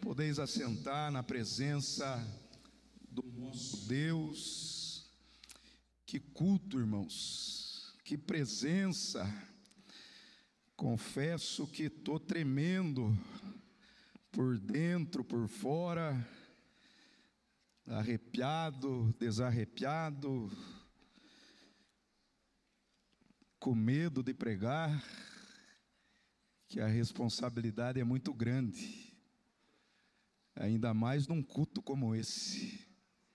Podeis assentar na presença do nosso Deus. Que culto, irmãos, que presença. Confesso que estou tremendo por dentro, por fora, arrepiado, desarrepiado, com medo de pregar, que a responsabilidade é muito grande, ainda mais num culto como esse.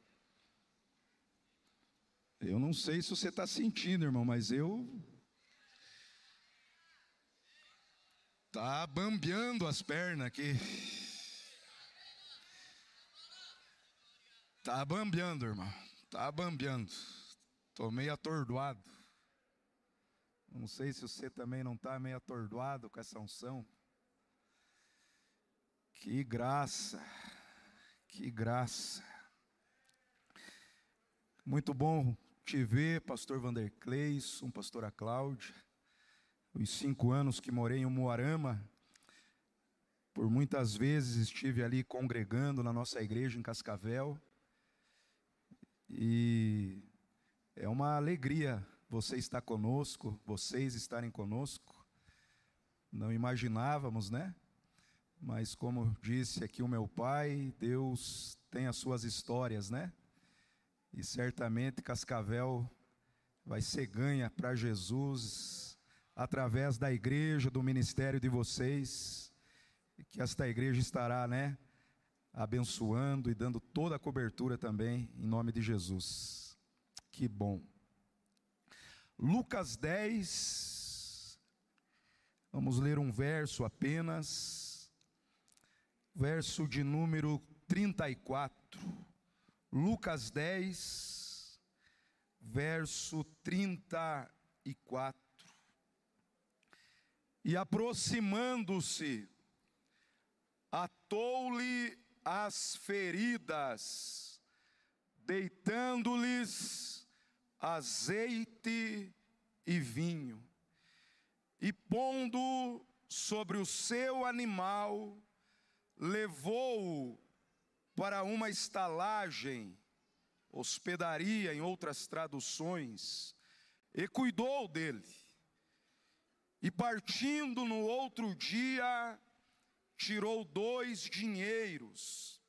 Eu não sei se você está sentindo, irmão, mas tá bambeando as pernas aqui. Tá bambeando, irmão. Tá bambeando. Estou meio atordoado. Não sei se você também não está meio atordoado com essa unção. Que graça. Que graça. Muito bom te ver, pastor Vander Cleison, pastora Cláudia. Os 5 anos que morei em Umuarama, por muitas vezes estive ali congregando na nossa igreja em Cascavel. E é uma alegria você estar conosco, vocês estarem conosco. Não imaginávamos, né? Mas como disse aqui o meu pai, Deus tem as suas histórias, né? E certamente Cascavel vai ser ganha para Jesus através da igreja, do ministério de vocês, que esta igreja estará, né, abençoando e dando toda a cobertura também, em nome de Jesus. Que bom. Lucas 10, vamos ler um verso apenas, verso de número 34. Lucas 10, verso 34. E aproximando-se, atou-lhe as feridas, deitando-lhes azeite e vinho, e pondo sobre o seu animal, levou-o para uma estalagem, hospedaria em outras traduções, e cuidou dele. E partindo no outro dia, tirou 2 dinheiros,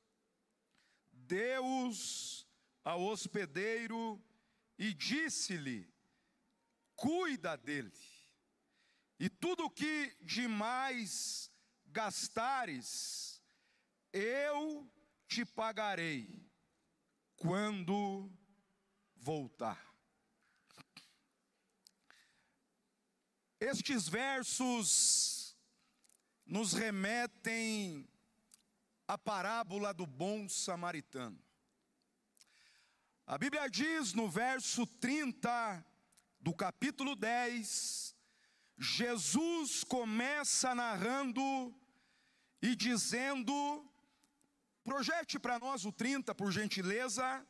deu-os ao hospedeiro e disse-lhe: cuida dele, e tudo o que demais gastares, eu te pagarei quando voltar. Estes versos nos remetem à parábola do bom samaritano. A Bíblia diz no verso 30 do capítulo 10, Jesus começa narrando e dizendo, projete para nós o 30 por gentileza.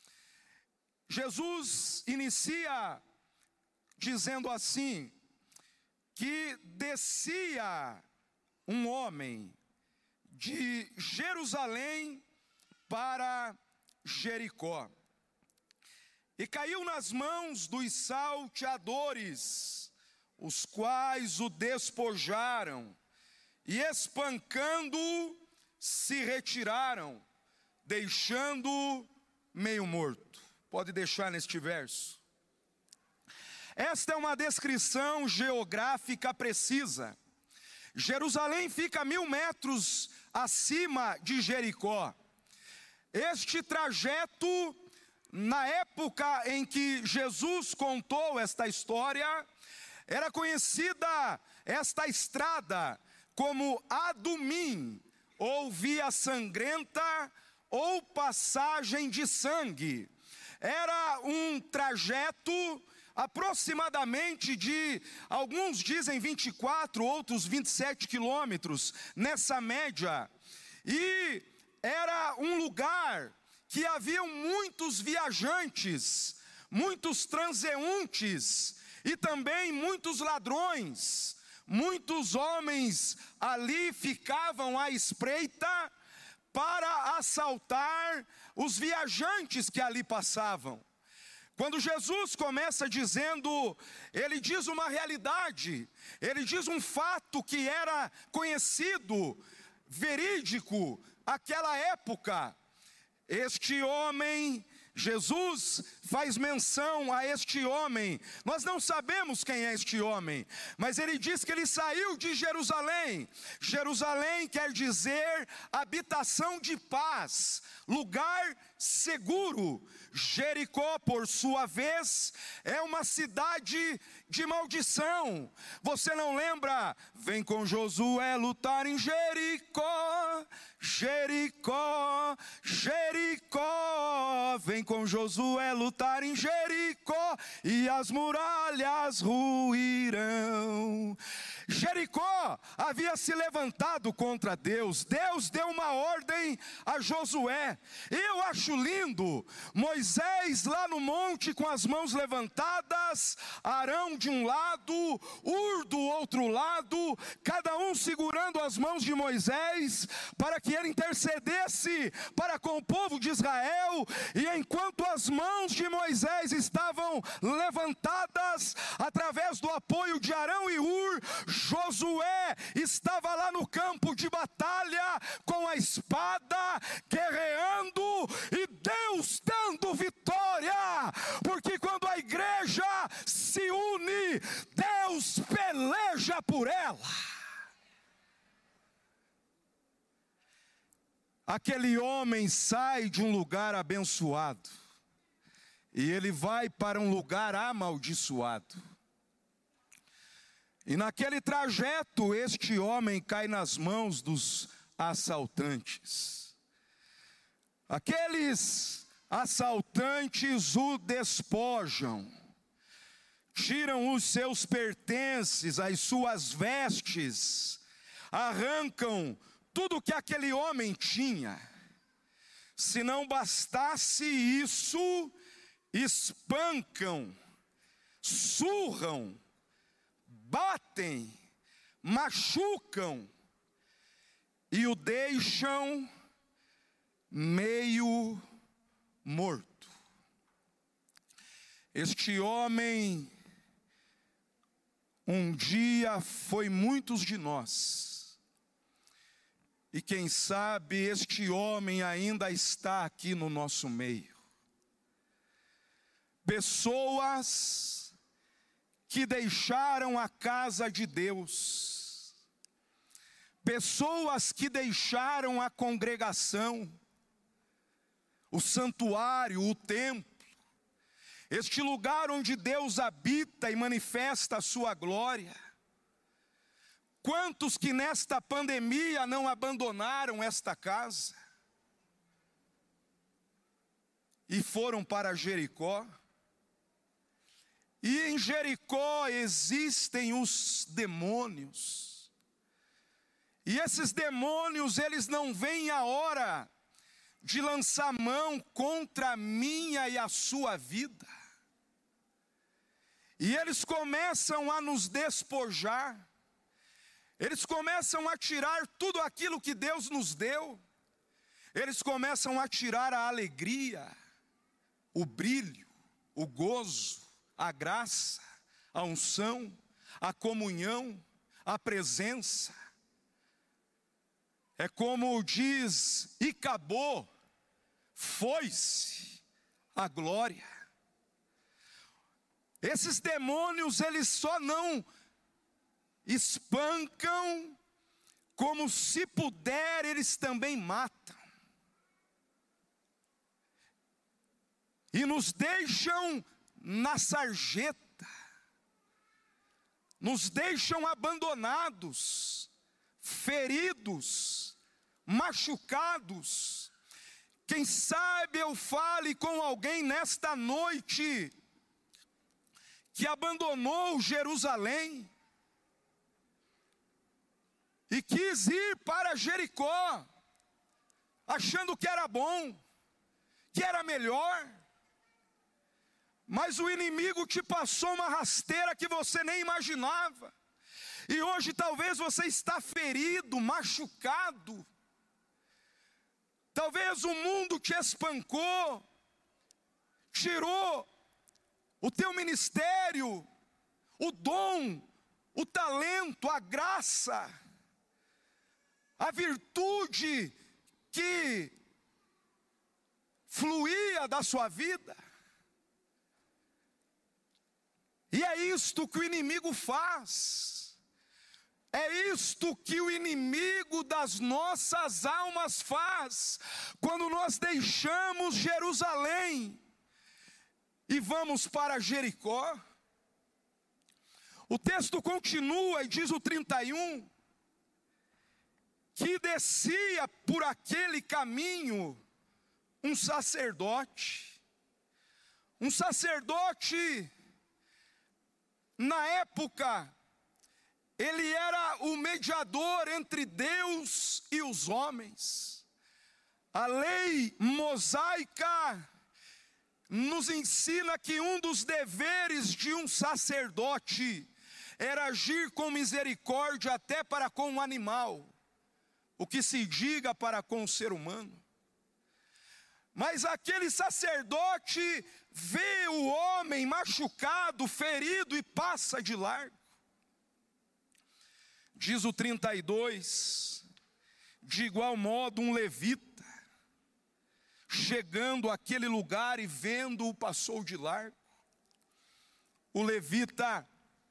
Jesus inicia dizendo assim, que descia um homem de Jerusalém para Jericó, e caiu nas mãos dos salteadores, os quais o despojaram, e espancando-o, se retiraram, deixando-o meio morto. Pode deixar neste verso. Esta é uma descrição geográfica precisa. Jerusalém fica a 1000 metros acima de Jericó. Este trajeto, na época em que Jesus contou esta história, era conhecida esta estrada como Adumim, ou via sangrenta, ou passagem de sangue. Era um trajeto aproximadamente de, alguns dizem 24, outros 27 quilômetros, nessa média. E era um lugar que haviam muitos viajantes, muitos transeuntes e também muitos ladrões. Muitos homens ali ficavam à espreita para assaltar os viajantes que ali passavam. Quando Jesus começa dizendo, ele diz uma realidade, ele diz um fato que era conhecido, verídico, aquela época. Este homem, Jesus faz menção a este homem. Nós não sabemos quem é este homem, mas ele diz que ele saiu de Jerusalém. Jerusalém quer dizer habitação de paz, lugar seguro. Jericó, por sua vez, é uma cidade de maldição. Você não lembra? Vem com Josué lutar em Jericó, Jericó, Jericó. Vem com Josué lutar em Jericó, e as muralhas ruirão. Jericó havia se levantado contra Deus. Deus deu uma ordem a Josué. Eu acho lindo, Moisés lá no monte com as mãos levantadas, Arão de um lado, Hur do outro lado, cada um segurando as mãos de Moisés, para que ele intercedesse para com o povo de Israel. E enquanto as mãos de Moisés estavam levantadas, através do apoio de Arão e Hur, Josué estava lá no campo de batalha, com a espada, guerreando, e Deus dando vitória, porque quando a igreja se une, Deus peleja por ela. Aquele homem sai de um lugar abençoado, e ele vai para um lugar amaldiçoado. E naquele trajeto, este homem cai nas mãos dos assaltantes. Aqueles assaltantes o despojam, tiram os seus pertences, as suas vestes, arrancam tudo que aquele homem tinha. Se não bastasse isso, espancam, surram, batem, machucam e o deixam meio morto. Este homem, um dia foi muitos de nós, e quem sabe este homem ainda está aqui no nosso meio. Pessoas que deixaram a casa de Deus, pessoas que deixaram a congregação, o santuário, o templo, este lugar onde Deus habita e manifesta a sua glória. Quantos que nesta pandemia não abandonaram esta casa e foram para Jericó? E em Jericó existem os demônios. E esses demônios, eles não veem a hora de lançar mão contra a minha e a sua vida. E eles começam a nos despojar. Eles começam a tirar tudo aquilo que Deus nos deu. Eles começam a tirar a alegria, o brilho, o gozo, a graça, a unção, a comunhão, a presença. É como diz, e acabou, foi-se a glória. Esses demônios, eles só não espancam, como se puder, eles também matam. E nos deixam na sarjeta, nos deixam abandonados, feridos, machucados. Quem sabe eu fale com alguém nesta noite que abandonou Jerusalém e quis ir para Jericó, achando que era bom, que era melhor. Mas o inimigo te passou uma rasteira que você nem imaginava. E hoje talvez você está ferido, machucado. Talvez o mundo te espancou, tirou o teu ministério, o dom, o talento, a graça, a virtude que fluía da sua vida. E é isto que o inimigo faz. É isto que o inimigo das nossas almas faz, quando nós deixamos Jerusalém e vamos para Jericó. O texto continua e diz o 31, que descia por aquele caminho um sacerdote. Um sacerdote, na época, ele era o mediador entre Deus e os homens. A lei mosaica nos ensina que um dos deveres de um sacerdote era agir com misericórdia até para com o animal, o que se diga para com o ser humano. Mas aquele sacerdote vê o homem machucado, ferido e passa de largo. Diz o 32, de igual modo um levita, chegando àquele lugar e vendo-o, passou de largo. O levita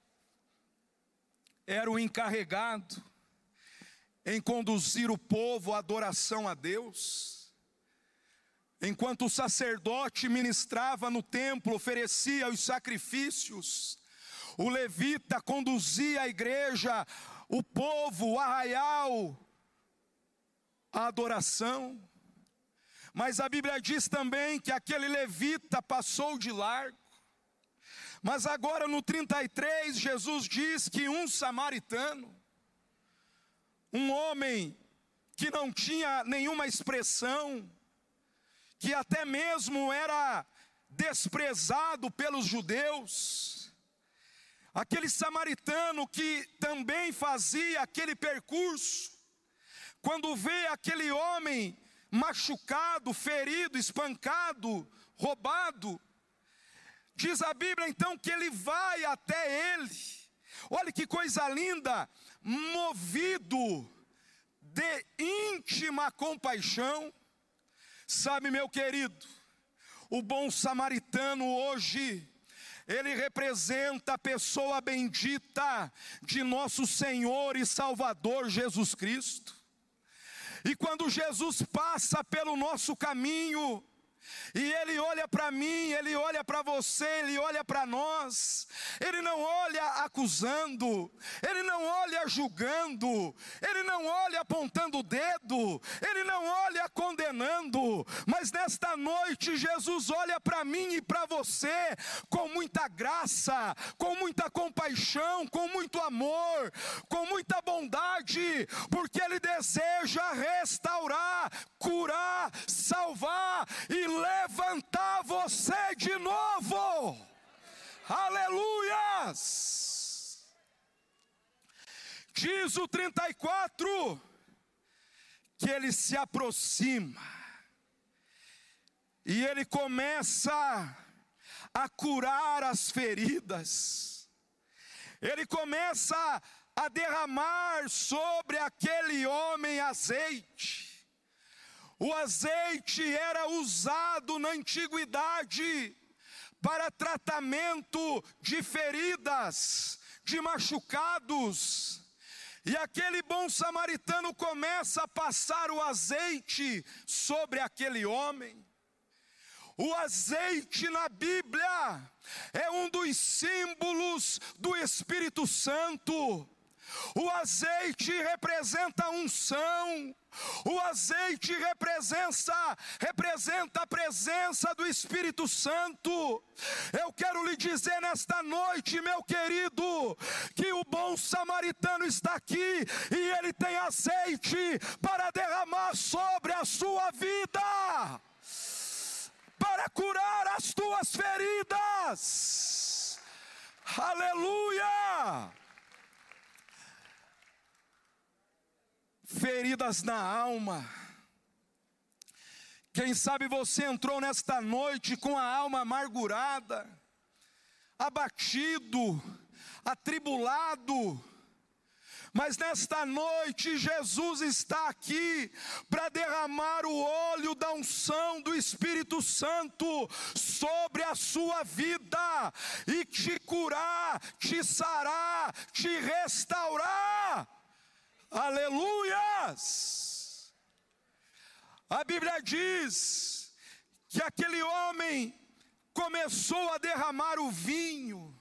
era o encarregado em conduzir o povo à adoração a Deus. Enquanto o sacerdote ministrava no templo, oferecia os sacrifícios, o levita conduzia a igreja, o povo, o arraial, a adoração. Mas a Bíblia diz também que aquele levita passou de largo. Mas agora no 33, Jesus diz que um samaritano, um homem que não tinha nenhuma expressão, que até mesmo era desprezado pelos judeus, aquele samaritano que também fazia aquele percurso, quando vê aquele homem machucado, ferido, espancado, roubado, diz a Bíblia então que ele vai até ele. Olha que coisa linda, movido de íntima compaixão. Sabe, meu querido, o bom samaritano hoje, ele representa a pessoa bendita de nosso Senhor e Salvador Jesus Cristo. E quando Jesus passa pelo nosso caminho, e Ele olha para mim, Ele olha para você, Ele olha para nós, Ele não olha acusando, Ele não olha julgando, Ele não olha apontando o dedo, Ele não olha condenando, mas nesta noite Jesus olha para mim e para você com muita graça, com muita compaixão, com muito amor, com muita bondade, porque Ele deseja restaurar, curar, salvar e levantar você de novo. Aleluias! Diz o 34 que ele se aproxima e ele começa a curar as feridas. Ele começa a derramar sobre aquele homem azeite. O azeite era usado na antiguidade para tratamento de feridas, de machucados. E aquele bom samaritano começa a passar o azeite sobre aquele homem. O azeite na Bíblia é um dos símbolos do Espírito Santo. O azeite representa a unção. O azeite representa a presença do Espírito Santo. Eu quero lhe dizer nesta noite, meu querido, que o bom samaritano está aqui e ele tem azeite para derramar sobre a sua vida, para curar as tuas feridas. Aleluia! Feridas na alma, Quem sabe você entrou nesta noite com a alma amargurada, abatido, atribulado, mas nesta noite Jesus está aqui para derramar o óleo da unção do Espírito Santo sobre a sua vida e te curar, te sarar, te restaurar. Aleluias! A Bíblia diz que aquele homem começou a derramar o vinho.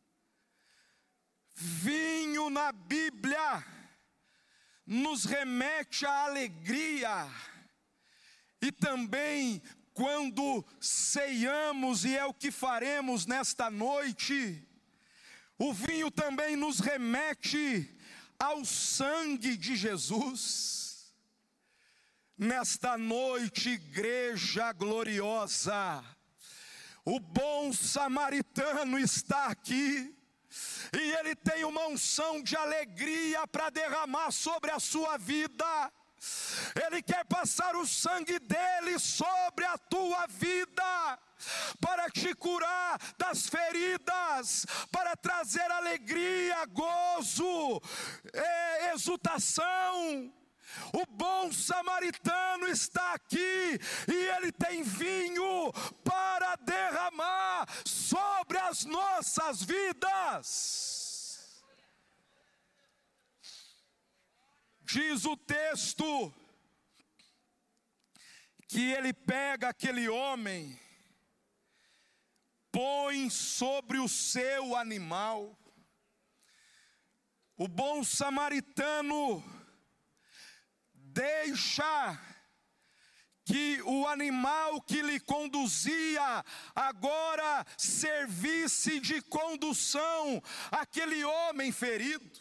Vinho na Bíblia nos remete à alegria, e também quando ceiamos, e é o que faremos nesta noite, o vinho também nos remete ao sangue de Jesus. Nesta noite, igreja gloriosa, o bom samaritano está aqui, e ele tem uma unção de alegria para derramar sobre a sua vida. Ele quer passar o sangue dele sobre a tua vida, para te curar das feridas, para trazer alegria, gozo, exultação. O bom samaritano está aqui, e ele tem vinho para derramar sobre as nossas vidas. Diz o texto que ele pega aquele homem, põe sobre o seu animal. O bom samaritano deixa que o animal que lhe conduzia agora servisse de condução àquele homem ferido.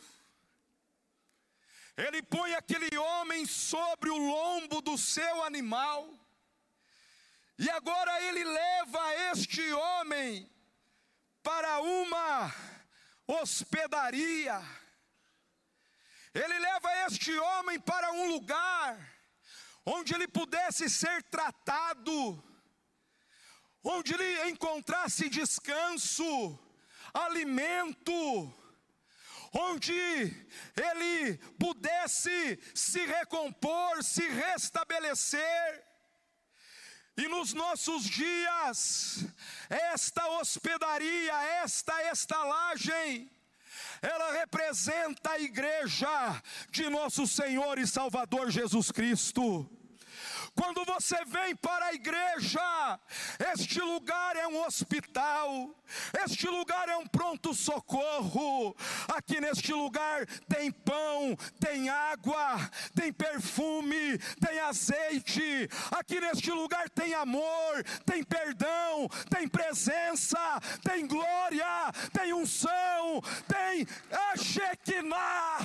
Ele põe aquele homem sobre o lombo do seu animal, e agora ele leva este homem para uma hospedaria. Ele leva este homem para um lugar onde ele pudesse ser tratado, onde ele encontrasse descanso, alimento, onde ele pudesse se recompor, se restabelecer. E nos nossos dias, esta hospedaria, esta estalagem, ela representa a igreja de nosso Senhor e Salvador Jesus Cristo. Quando você vem para a igreja, este lugar é um hospital, este lugar é um pronto-socorro. Aqui neste lugar tem pão, tem água, tem perfume, tem azeite. Aqui neste lugar tem amor, tem perdão, tem presença, tem glória, tem unção, tem a Shekinah.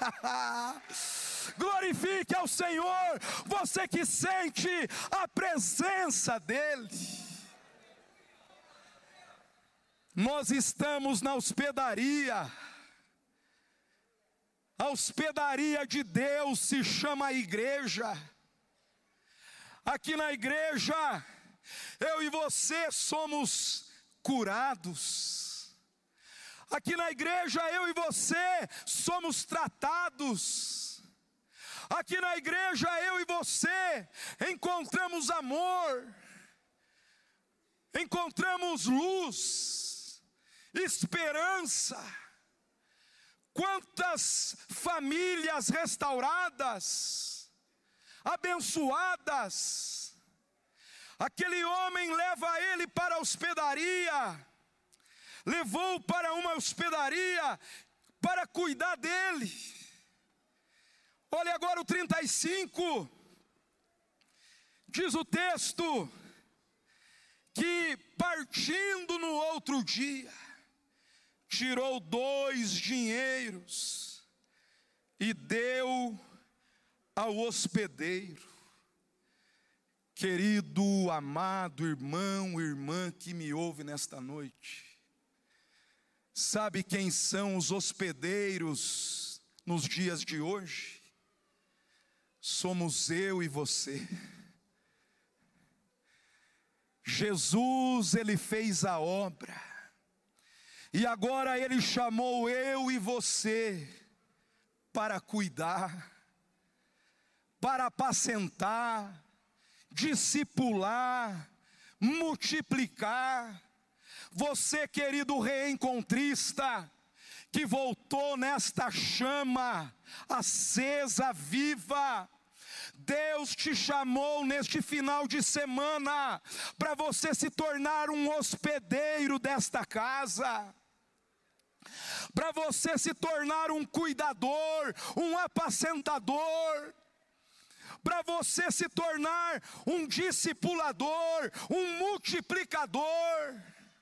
Glorifique ao Senhor, você que sente a presença dEle. Nós estamos na hospedaria. A hospedaria de Deus se chama igreja. Aqui na igreja, eu e você somos curados. Aqui na igreja, eu e você somos tratados. Aqui na igreja, eu e você encontramos amor, encontramos luz, esperança. Quantas famílias restauradas, abençoadas. Aquele homem leva ele para a hospedaria, levou para uma hospedaria para cuidar dele. Olha agora o 35, diz o texto, que partindo no outro dia, tirou 2 dinheiros e deu ao hospedeiro. Querido, amado irmão, irmã que me ouve nesta noite, sabe quem são os hospedeiros nos dias de hoje? Somos eu e você. Jesus, ele fez a obra, e agora ele chamou eu e você para cuidar, para apacentar, discipular, multiplicar. Você, querido reencontrista, que voltou nesta chama acesa, viva, Deus te chamou neste final de semana para você se tornar um hospedeiro desta casa, para você se tornar um cuidador, um apacentador, para você se tornar um discipulador, um multiplicador.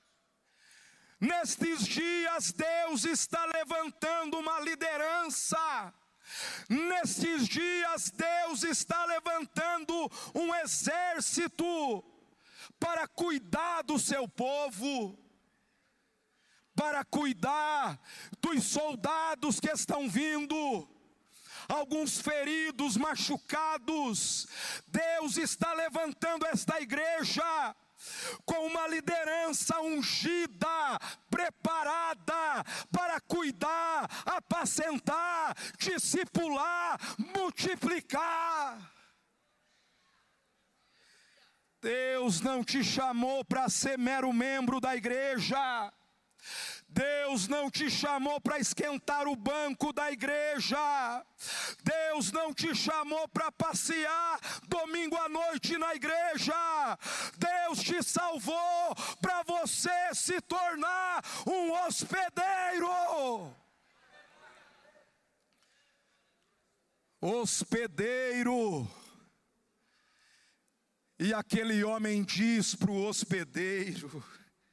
Nestes dias Deus está levantando uma liderança. Nestes dias Deus está levantando um exército para cuidar do seu povo, para cuidar dos soldados que estão vindo, alguns feridos, machucados. Deus está levantando esta igreja com uma liderança ungida, preparada para cuidar, apacentar, discipular, multiplicar. Deus não te chamou para ser mero membro da igreja. Deus não te chamou para esquentar o banco da igreja. Deus não te chamou para passear domingo à noite na igreja. Deus te salvou para você se tornar um hospedeiro. Hospedeiro. E aquele homem diz para o hospedeiro: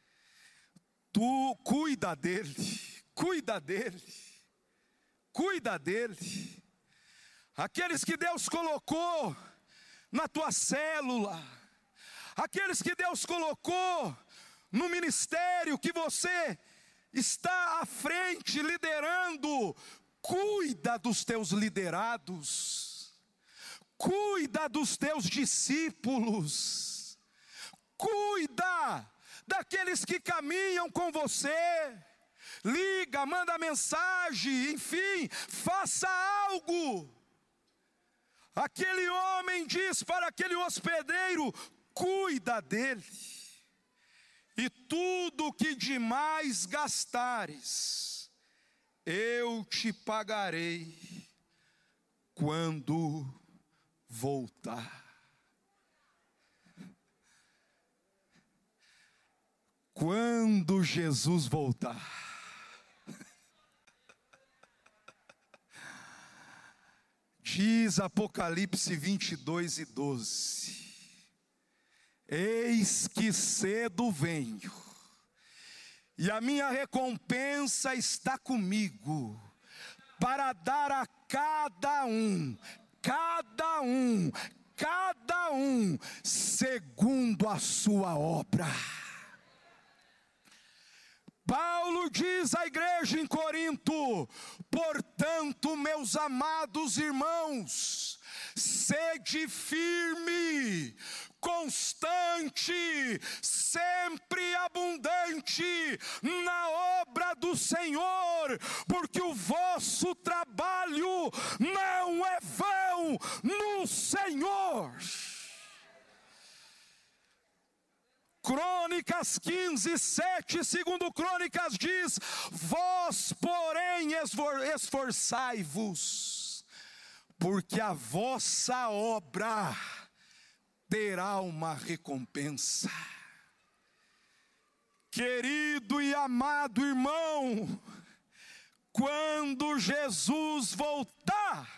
tu cuida dele, cuida dele, cuida dele. Aqueles que Deus colocou na tua célula, aqueles que Deus colocou no ministério que você está à frente, liderando, cuida dos teus liderados, cuida dos teus discípulos, cuida daqueles que caminham com você. Liga, manda mensagem, enfim, faça algo. Aquele homem diz para aquele hospedeiro: cuida dele, e tudo que demais gastares, eu te pagarei quando voltar. Quando Jesus voltar, diz Apocalipse 22:12, eis que cedo venho, e a minha recompensa está comigo, para dar a cada um, segundo a sua obra. Paulo diz à igreja em Corinto: portanto, meus amados irmãos, sede firme, constante, sempre abundante na obra do Senhor, porque o vosso trabalho não é vão no Senhor. Crônicas 15:7, segundo Crônicas diz: vós, porém, esforçai-vos, porque a vossa obra terá uma recompensa. Querido e amado irmão, quando Jesus voltar,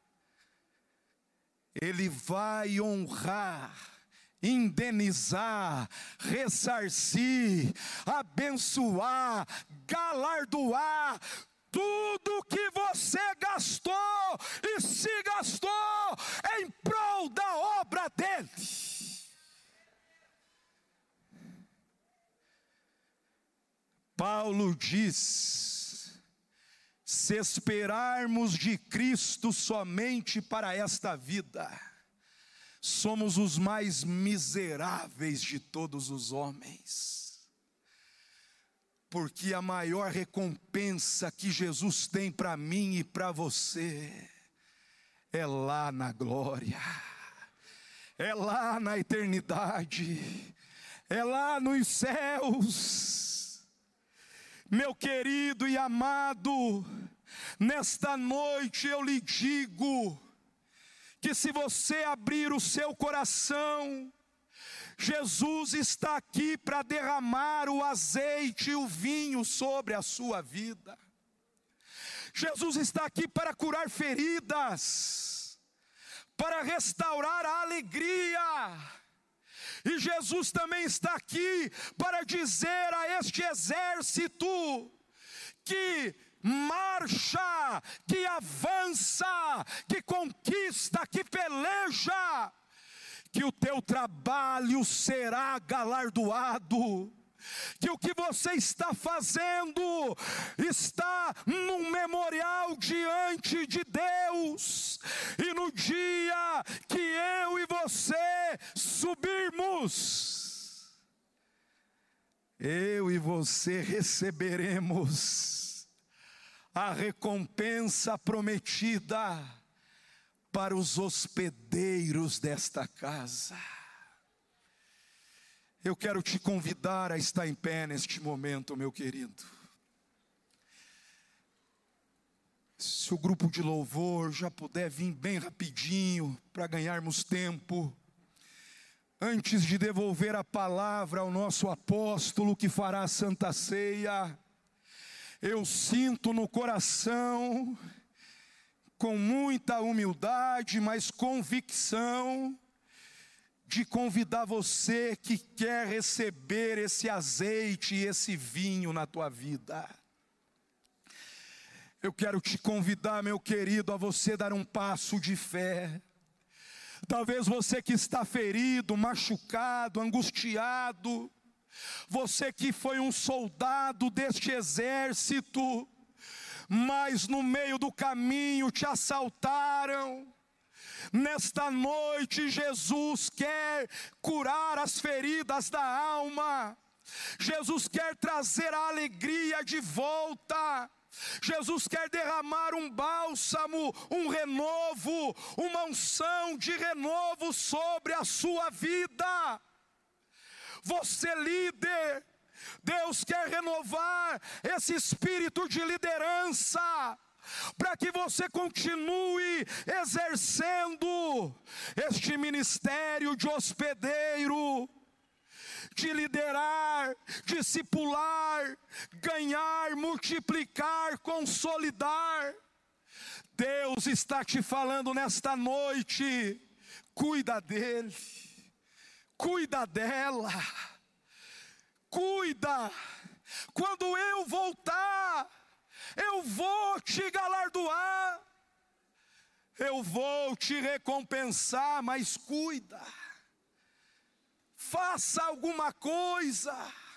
Ele vai honrar, indenizar, ressarcir, abençoar, galardoar tudo que você gastou e se gastou em prol da obra dele. Paulo diz: se esperarmos de Cristo somente para esta vida, somos os mais miseráveis de todos os homens, porque a maior recompensa que Jesus tem para mim e para você é lá na glória, é lá na eternidade, é lá nos céus. Meu querido e amado, nesta noite eu lhe digo que se você abrir o seu coração, Jesus está aqui para derramar o azeite e o vinho sobre a sua vida. Jesus está aqui para curar feridas, para restaurar a alegria. E Jesus também está aqui para dizer a este exército que marcha, que avança, que conquista, que peleja, que o teu trabalho será galardoado, que o que você está fazendo está num memorial diante de Deus, e no dia que eu e você subirmos, eu e você receberemos a recompensa prometida para os hospedeiros desta casa. Eu quero te convidar a estar em pé neste momento, meu querido. Se o grupo de louvor já puder vir bem rapidinho, para ganharmos tempo, antes de devolver a palavra ao nosso apóstolo que fará a Santa Ceia, eu sinto no coração, com muita humildade, mas convicção, de convidar você que quer receber esse azeite e esse vinho na tua vida. Eu quero te convidar, meu querido, a você dar um passo de fé. Talvez você que está ferido, machucado, angustiado, você que foi um soldado deste exército, mas no meio do caminho te assaltaram. Nesta noite Jesus quer curar as feridas da alma, Jesus quer trazer a alegria de volta, Jesus quer derramar um bálsamo, um renovo, uma unção de renovo sobre a sua vida. Você líder, Deus quer renovar esse espírito de liderança, para que você continue exercendo este ministério de hospedeiro, de liderar, discipular, ganhar, multiplicar, consolidar. Deus está te falando nesta noite, cuida dele, cuida dela, cuida. Quando eu voltar, eu vou te galardoar, eu vou te recompensar, mas cuida, faça alguma coisa.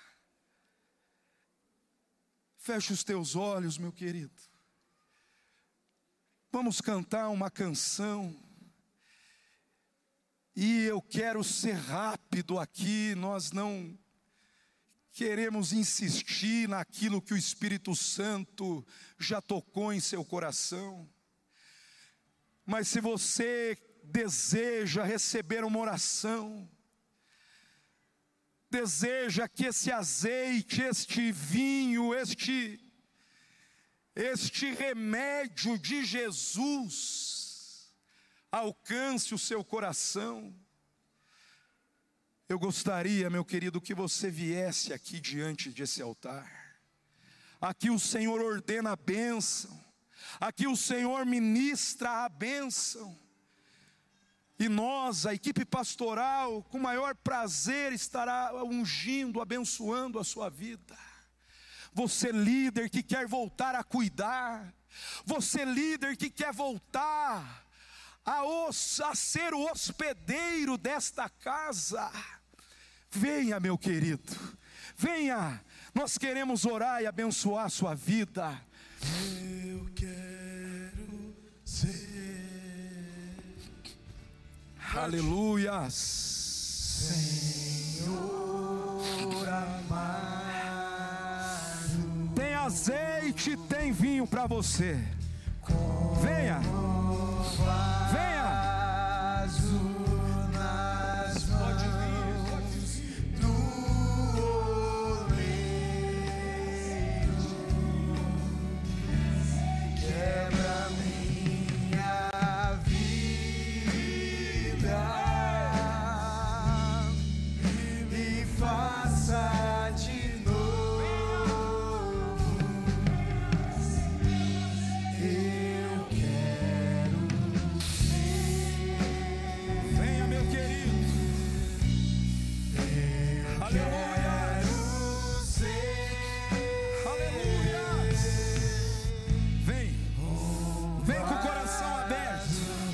Feche os teus olhos, meu querido. Vamos cantar uma canção, e eu quero ser rápido aqui, nós não queremos insistir naquilo que o Espírito Santo já tocou em seu coração. Mas se você deseja receber uma oração, deseja que esse azeite, este vinho, este remédio de Jesus alcance o seu coração, eu gostaria, meu querido, que você viesse aqui diante desse altar. Aqui o Senhor ordena a bênção, aqui o Senhor ministra a bênção, e nós, a equipe pastoral, com maior prazer estará ungindo, abençoando a sua vida. Você líder que quer voltar a cuidar, você líder que quer voltar a ser o hospedeiro desta casa, venha, meu querido, venha, nós queremos orar e abençoar a sua vida. Eu quero ser Aleluias. Senhor amado, tem azeite, tem vinho para você. Venha, venha. Pode vir, pode vir. Do oleiro, quebra minha vida e me faça de novo. Eu quero ser. Venha, meu querido. Aleluia. Aleluia. Vem, vem com o coração aberto.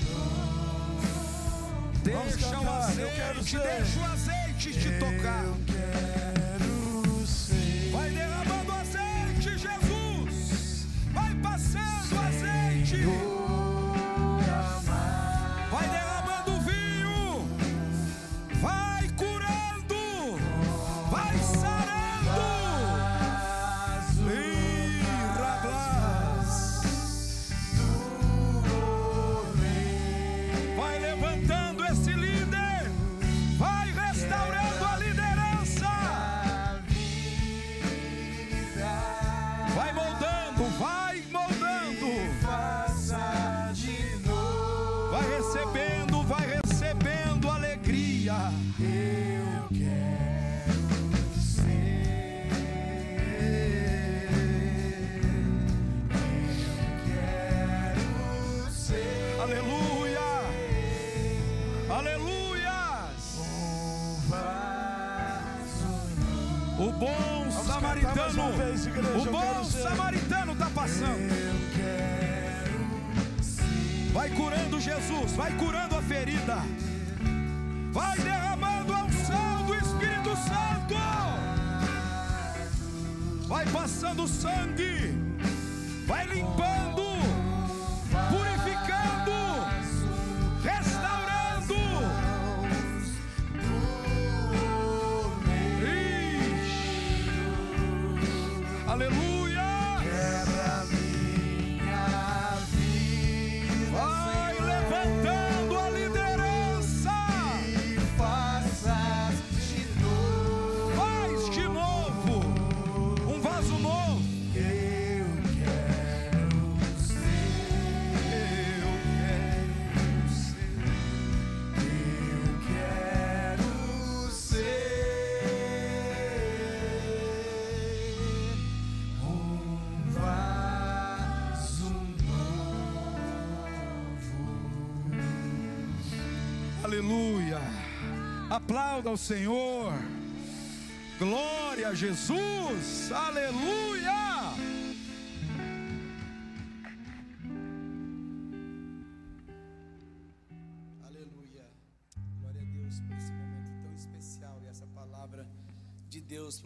Deixa o azeite, deixa o azeite te tocar. Vai derramando azeite, Jesus. Vai passando azeite. Vai derramando vinho. Vai curando. Vai sarando. Vai levantando esse líder. Vai restaurando a liderança. Vai moldando, vai moldando. Vai recebendo alegria. Eu quero ser. Eu quero ser. Aleluia. Aleluias. O bom samaritano. O bom samaritano está passando. Vai curando, Jesus, vai curando a ferida. Vai derramando a unção do Espírito Santo. Vai passando sangue. Vai limpando, purificando, restaurando. Aleluia. Vai levantando a liderança. Faz de novo um vaso novo. Eu quero ser. Eu quero ser. Eu quero ser um vaso novo. Aleluia. Aplauda ao Senhor. Glória a Jesus. Aleluia. Aleluia. Glória a Deus por esse momento tão especial e essa palavra de Deus.